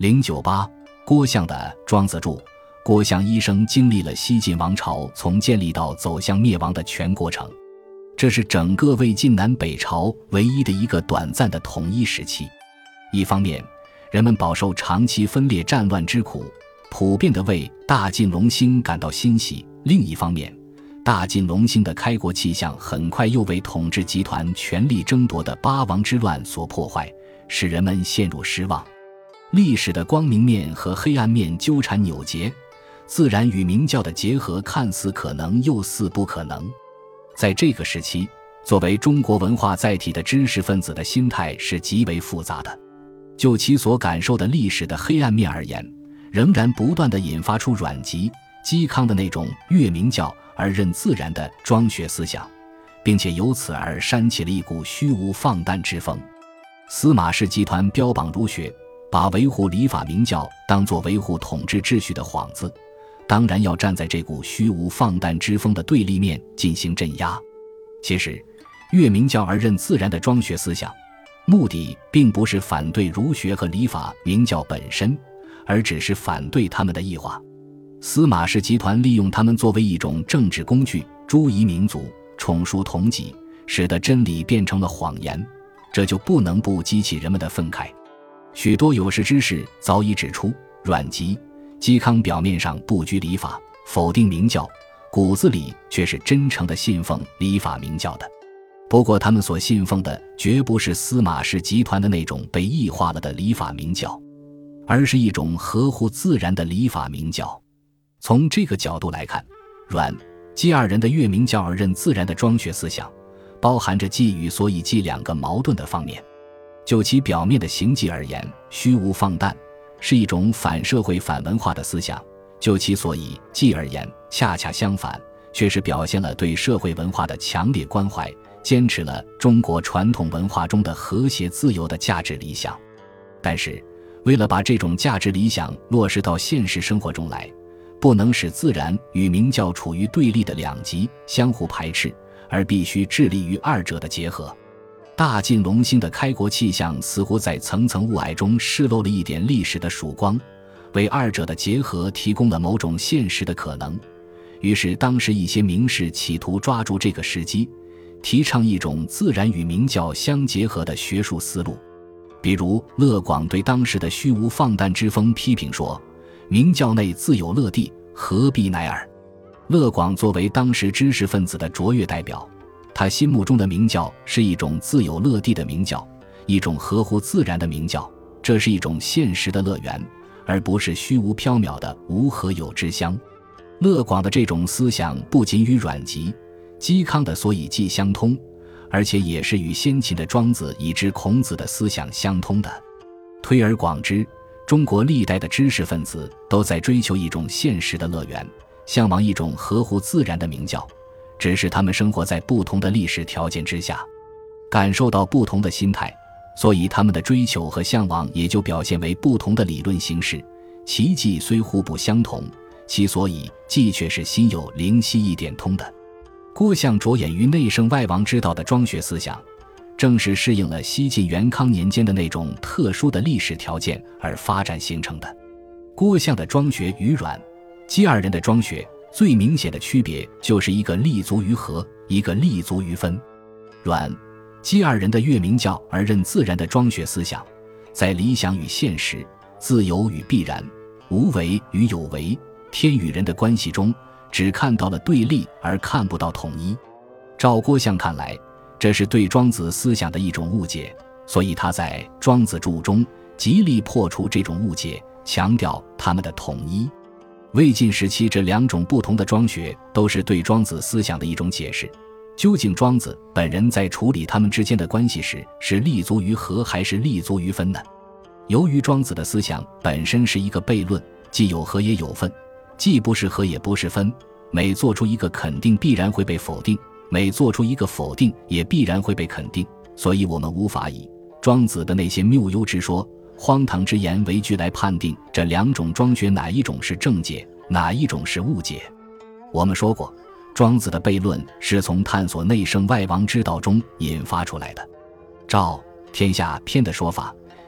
098郭象的《庄子注》。郭象一生经历了西晋王朝从建立到走向灭亡的全过程，这是整个魏晋南北朝唯一的一个短暂的统一时期。一方面，人们饱受长期分裂战乱之苦，普遍地为大晋隆兴感到欣喜；另一方面，大晋隆兴的开国气象很快又为统治集团权力争夺的八王之乱所破坏，使人们陷入失望。历史的光明面和黑暗面纠缠扭结，自然与明教的结合看似可能又似不可能。在这个时期，作为中国文化载体的知识分子的心态是极为复杂的。就其所感受的历史的黑暗面而言，仍然不断地引发出阮籍、嵇康的那种越明教而任自然的庄学思想，并且由此而煽起了一股虚无放诞之风。司马氏集团标榜儒学，把维护礼法明教当作维护统治秩序的幌子，当然要站在这股虚无放诞之风的对立面进行镇压。其实，越明教而任自然的庄学思想，目的并不是反对儒学和礼法明教本身，而只是反对他们的异化。司马氏集团利用他们作为一种政治工具，诛夷民族，宠辱同己，使得真理变成了谎言，这就不能不激起人们的愤慨。许多有识之士早已指出，阮籍、嵇康表面上不拘礼法，否定明教，骨子里却是真诚地信奉礼法明教的。不过他们所信奉的绝不是司马氏集团的那种被异化了的礼法明教，而是一种合乎自然的礼法明教。从这个角度来看，阮、嵇二人的越明教而任自然的庄学思想，包含着既与所以既两个矛盾的方面。就其表面的行迹而言，虚无放诞，是一种反社会反文化的思想；就其所以既而言，恰恰相反，却是表现了对社会文化的强烈关怀，坚持了中国传统文化中的和谐自由的价值理想。但是，为了把这种价值理想落实到现实生活中来，不能使自然与明教处于对立的两极，相互排斥，而必须致力于二者的结合。大晋隆兴的开国气象似乎在层层雾霭中释漏了一点历史的曙光，为二者的结合提供了某种现实的可能。于是当时一些名士企图抓住这个时机，提倡一种自然与明教相结合的学术思路。比如乐广对当时的虚无放诞之风批评说，明教内自有乐地，何必乃尔。乐广作为当时知识分子的卓越代表，他心目中的明教是一种自有乐地的明教，一种合乎自然的明教，这是一种现实的乐园，而不是虚无缥缈的无何有之乡。乐广的这种思想不仅与阮籍、嵇康的所以既相通，而且也是与先秦的庄子以至孔子的思想相通的。推而广之，中国历代的知识分子都在追求一种现实的乐园，向往一种合乎自然的明教，只是他们生活在不同的历史条件之下，感受到不同的心态，所以他们的追求和向往也就表现为不同的理论形式，其迹虽互不相同，其所以迹却是心有灵犀一点通的。郭象着眼于内圣外王之道的庄学思想，正是适应了西晋元康年间的那种特殊的历史条件而发展形成的。郭象的庄学与阮、嵇二人的庄学最明显的区别就是一个立足于和，一个立足于分。阮、嵇二人的越明教而任自然的庄学思想，在理想与现实、自由与必然、无为与有为、天与人的关系中，只看到了对立而看不到统一。照郭象看来，这是对庄子思想的一种误解，所以他在《庄子注》中极力破除这种误解，强调他们的统一。魏晋时期这两种不同的庄学都是对庄子思想的一种解释，究竟庄子本人在处理他们之间的关系时是立足于和还是立足于分呢？由于庄子的思想本身是一个悖论，既有和也有分，既不是和也不是分，每做出一个肯定必然会被否定，每做出一个否定也必然会被肯定，所以我们无法以庄子的那些谬幽之说、荒唐之言为据来判定这两种庄学哪一种是正解，哪一种是误解。我们说过，庄子的悖论是从探索内圣外王之道中引发出来的。照《天下篇》的说法，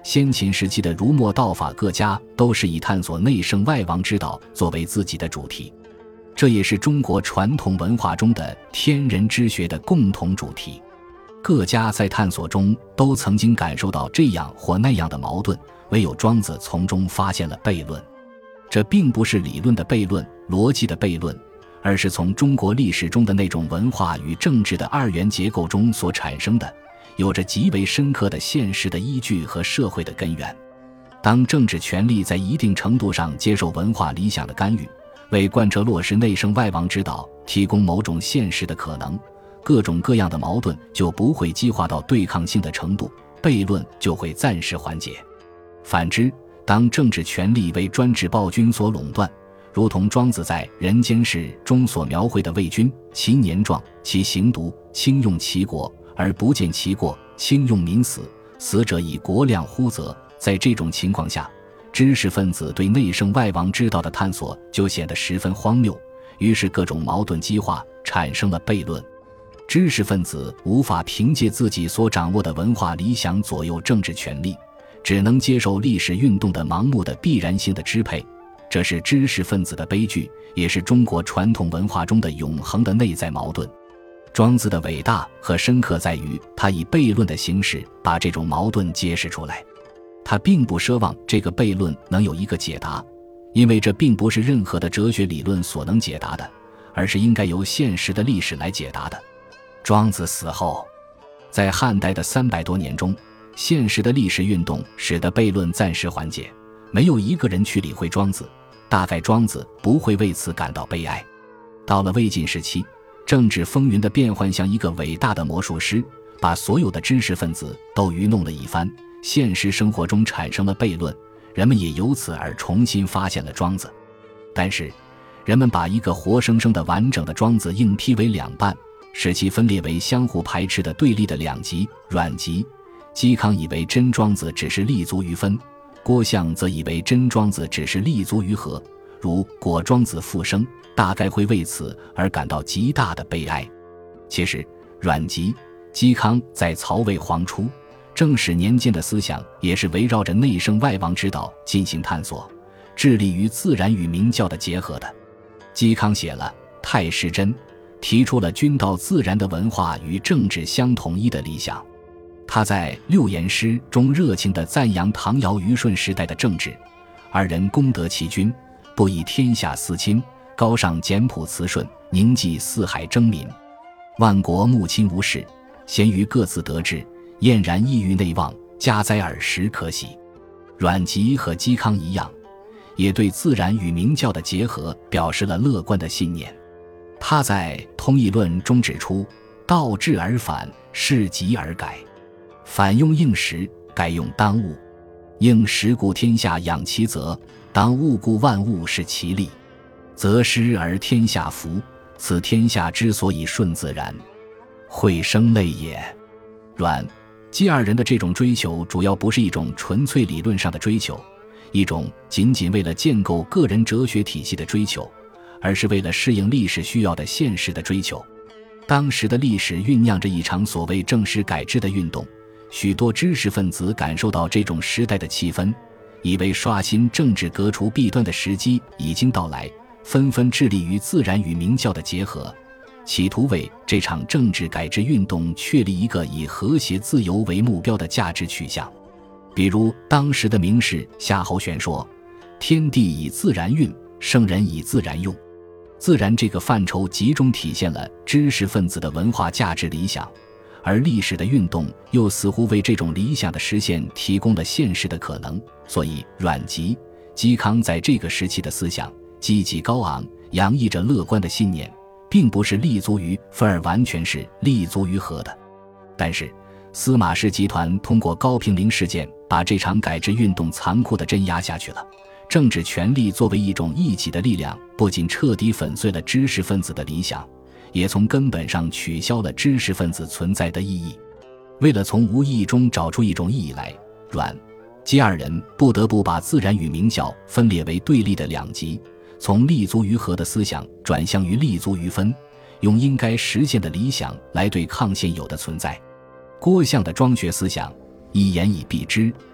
先秦时期的儒墨道法各家都是以探索内圣外王之道作为自己的主题，这也是中国传统文化中的天人之学的共同主题。各家在探索中都曾经感受到这样或那样的矛盾，唯有庄子从中发现了悖论。这并不是理论的悖论、逻辑的悖论，而是从中国历史中的那种文化与政治的二元结构中所产生的，有着极为深刻的现实的依据和社会的根源。当政治权力在一定程度上接受文化理想的干预，为贯彻落实内圣外王之道提供某种现实的可能，各种各样的矛盾就不会激化到对抗性的程度，悖论就会暂时缓解。反之，当政治权力为专制暴君所垄断，如同庄子在《人间世》中所描绘的魏君，其年壮，其行毒，轻用其国，而不见其过，轻用民死，死者以国量乎则。在这种情况下，知识分子对内圣外王之道的探索就显得十分荒谬，于是各种矛盾激化，产生了悖论。知识分子无法凭借自己所掌握的文化理想左右政治权力，只能接受历史运动的盲目的必然性的支配，这是知识分子的悲剧，也是中国传统文化中的永恒的内在矛盾。庄子的伟大和深刻在于他以悖论的形式把这种矛盾揭示出来。他并不奢望这个悖论能有一个解答，因为这并不是任何的哲学理论所能解答的，而是应该由现实的历史来解答的。庄子死后，在汉代的300多年中，现实的历史运动使得悖论暂时缓解，没有一个人去理会庄子，大概庄子不会为此感到悲哀。到了魏晋时期，政治风云的变幻像一个伟大的魔术师，把所有的知识分子都愚弄了一番，现实生活中产生了悖论，人们也由此而重新发现了庄子。但是人们把一个活生生的完整的庄子硬劈为两半，使其分裂为相互排斥的对立的两极、阮籍。嵇康以为真庄子只是立足于分，郭象则以为真庄子只是立足于和，如果庄子复生，大概会为此而感到极大的悲哀。其实阮籍、嵇康在曹魏皇初正始年间的思想也是围绕着内圣外王之道进行探索，致力于自然与明教的结合的。嵇康写了《太师真》，提出了君道自然的文化与政治相统一的理想。他在《六言诗》中热情地赞扬唐尧虞舜时代的政治，二人公德其君，不以天下思亲，高尚简朴慈顺，宁济四海争民，万国穆亲无事，贤于各自得志，晏然意欲内望，家哉耳时可喜。阮籍和嵇康一样，也对自然与明教的结合表示了乐观的信念。他在《通义论》中指出，道治而反，事极而改，反用应时，改用当务。应时故天下养其泽，当务故万物是其利。则失而天下福，此天下之所以顺自然，会生类也。阮、嵇二人的这种追求主要不是一种纯粹理论上的追求，一种仅仅为了建构个人哲学体系的追求，而是为了适应历史需要的现实的追求。当时的历史酝酿着一场所谓政史改制的运动，许多知识分子感受到这种时代的气氛，以为刷新政治革除弊端的时机已经到来，纷纷致力于自然与明教的结合，企图为这场政治改制运动确立一个以和谐自由为目标的价值取向。比如当时的名士夏侯玄说，天地以自然运，圣人以自然用。自然这个范畴集中体现了知识分子的文化价值理想，而历史的运动又似乎为这种理想的实现提供了现实的可能。所以阮籍、嵇康在这个时期的思想积极高昂，洋溢着乐观的信念，并不是立足于分而完全是立足于和的。但是司马氏集团通过高平陵事件把这场改制运动残酷地镇压下去了。政治权力作为一种异己的力量，不仅彻底粉碎了知识分子的理想，也从根本上取消了知识分子存在的意义。为了从无意义中找出一种意义来，阮、嵇二人不得不把自然与明教分裂为对立的两极，从立足于和的思想转向于立足于分，用应该实现的理想来对抗现有的存在。郭象的庄学思想一言以蔽之，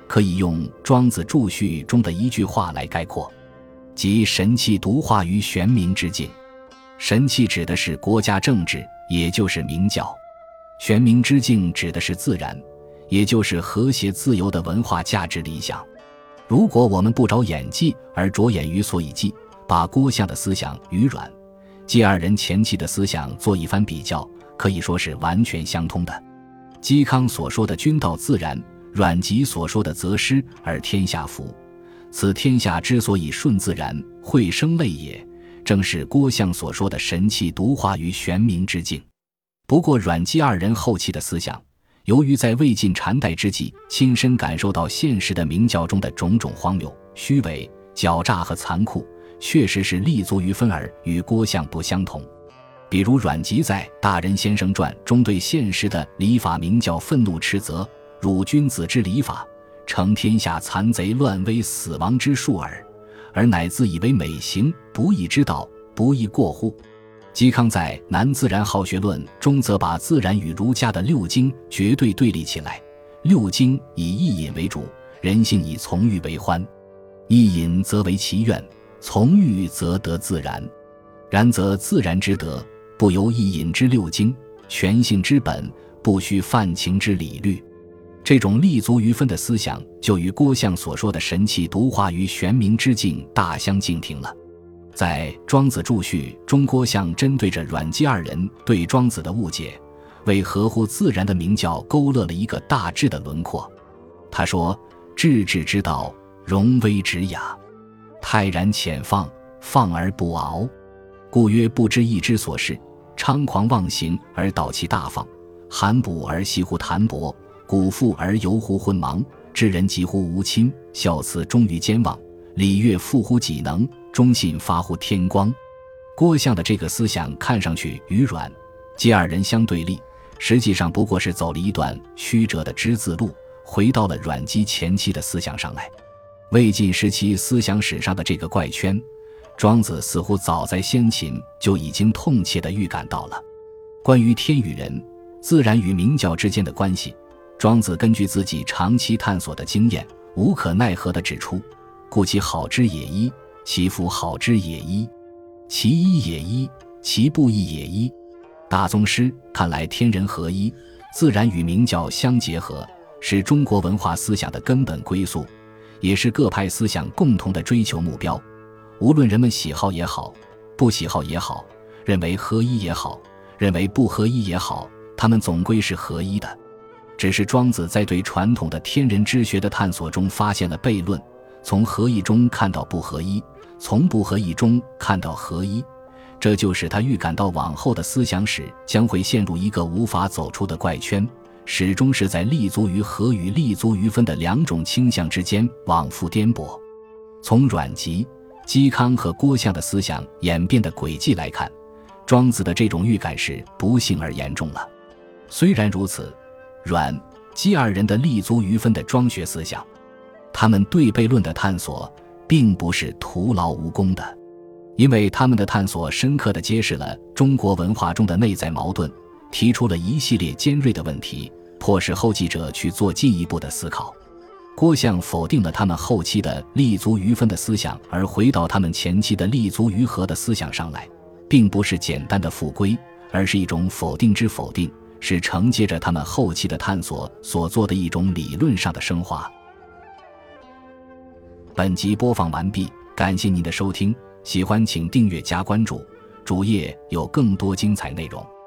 可以用《庄子注序》中的一句话来概括，即神气独化于玄冥之境。神气指的是国家政治，也就是明教；玄冥之境指的是自然，也就是和谐自由的文化价值理想。如果我们不着眼迹而着眼于所以记，把郭象的思想与阮姬二人前期的思想做一番比较，可以说是完全相通的。嵇康所说的君道自然，阮籍所说的则师而天下服，此天下之所以顺自然，会生类也，正是郭象所说的神气独化于玄冥之境。不过阮籍二人后期的思想，由于在魏晋禅代之际亲身感受到现实的明教中的种种荒谬、虚伪、狡诈和残酷，确实是立足于分而与郭象不相同。比如阮籍在《大人先生传》中对现实的礼法明教愤怒斥责，汝君子之礼法，成天下残贼乱威死亡之术耳，而乃自以为美行，不义之道，不亦过乎？嵇康在《南自然好学论》中则把自然与儒家的六经绝对对立起来，六经以意隐为主，人性以从欲为欢，意隐则为其愿，从欲则得自然。然则自然之德，不由意隐之六经，全性之本，不须泛情之理律。这种立足于分的思想，就与郭象所说的神气独化于玄冥之境大相径庭了。在《庄子注序》中，郭象针对着阮籍二人对庄子的误解，为合乎自然的明教勾勒了一个大致的轮廓。他说：治治之道，容微直雅，泰然浅放，放而不傲，故曰不知义之所是，猖狂妄行而导其大放，含哺而惜乎谈薄，古富而游乎昏盲，知人疾乎无亲，孝慈忠于兼忘，礼乐富乎己能，忠信发乎天光。郭象的这个思想看上去与阮籍二人相对立，实际上不过是走了一段曲折的之字路，回到了阮籍前期的思想上来。魏晋时期思想史上的这个怪圈，庄子似乎早在先秦就已经痛切地预感到了。关于天与人、自然与明教之间的关系，庄子根据自己长期探索的经验，无可奈何地指出：故其好之也一，其夫好之也一，其一也一，其不一也一。大宗师看来，天人合一，自然与明教相结合，是中国文化思想的根本归宿，也是各派思想共同的追求目标。无论人们喜好也好，不喜好也好，认为合一也好，认为不合一也好，他们总归是合一的。只是庄子在对传统的天人之学的探索中发现了悖论，从合一中看到不合一，从不合一中看到合一，这就使他预感到往后的思想史将会陷入一个无法走出的怪圈，始终是在立足于合与立足于分的两种倾向之间往复颠簸。从阮籍、嵇康和郭象的思想演变的轨迹来看，庄子的这种预感是不幸而严重了。虽然如此，阮、嵇二人的立足于分的庄学思想，他们对悖论的探索并不是徒劳无功的，因为他们的探索深刻地揭示了中国文化中的内在矛盾，提出了一系列尖锐的问题，迫使后继者去做进一步的思考。郭象否定了他们后期的立足于分的思想，而回到他们前期的立足于合的思想上来，并不是简单的复归，而是一种否定之否定，是承接着他们后期的探索所做的一种理论上的升华。本集播放完毕，感谢您的收听，喜欢请订阅加关注，主页有更多精彩内容。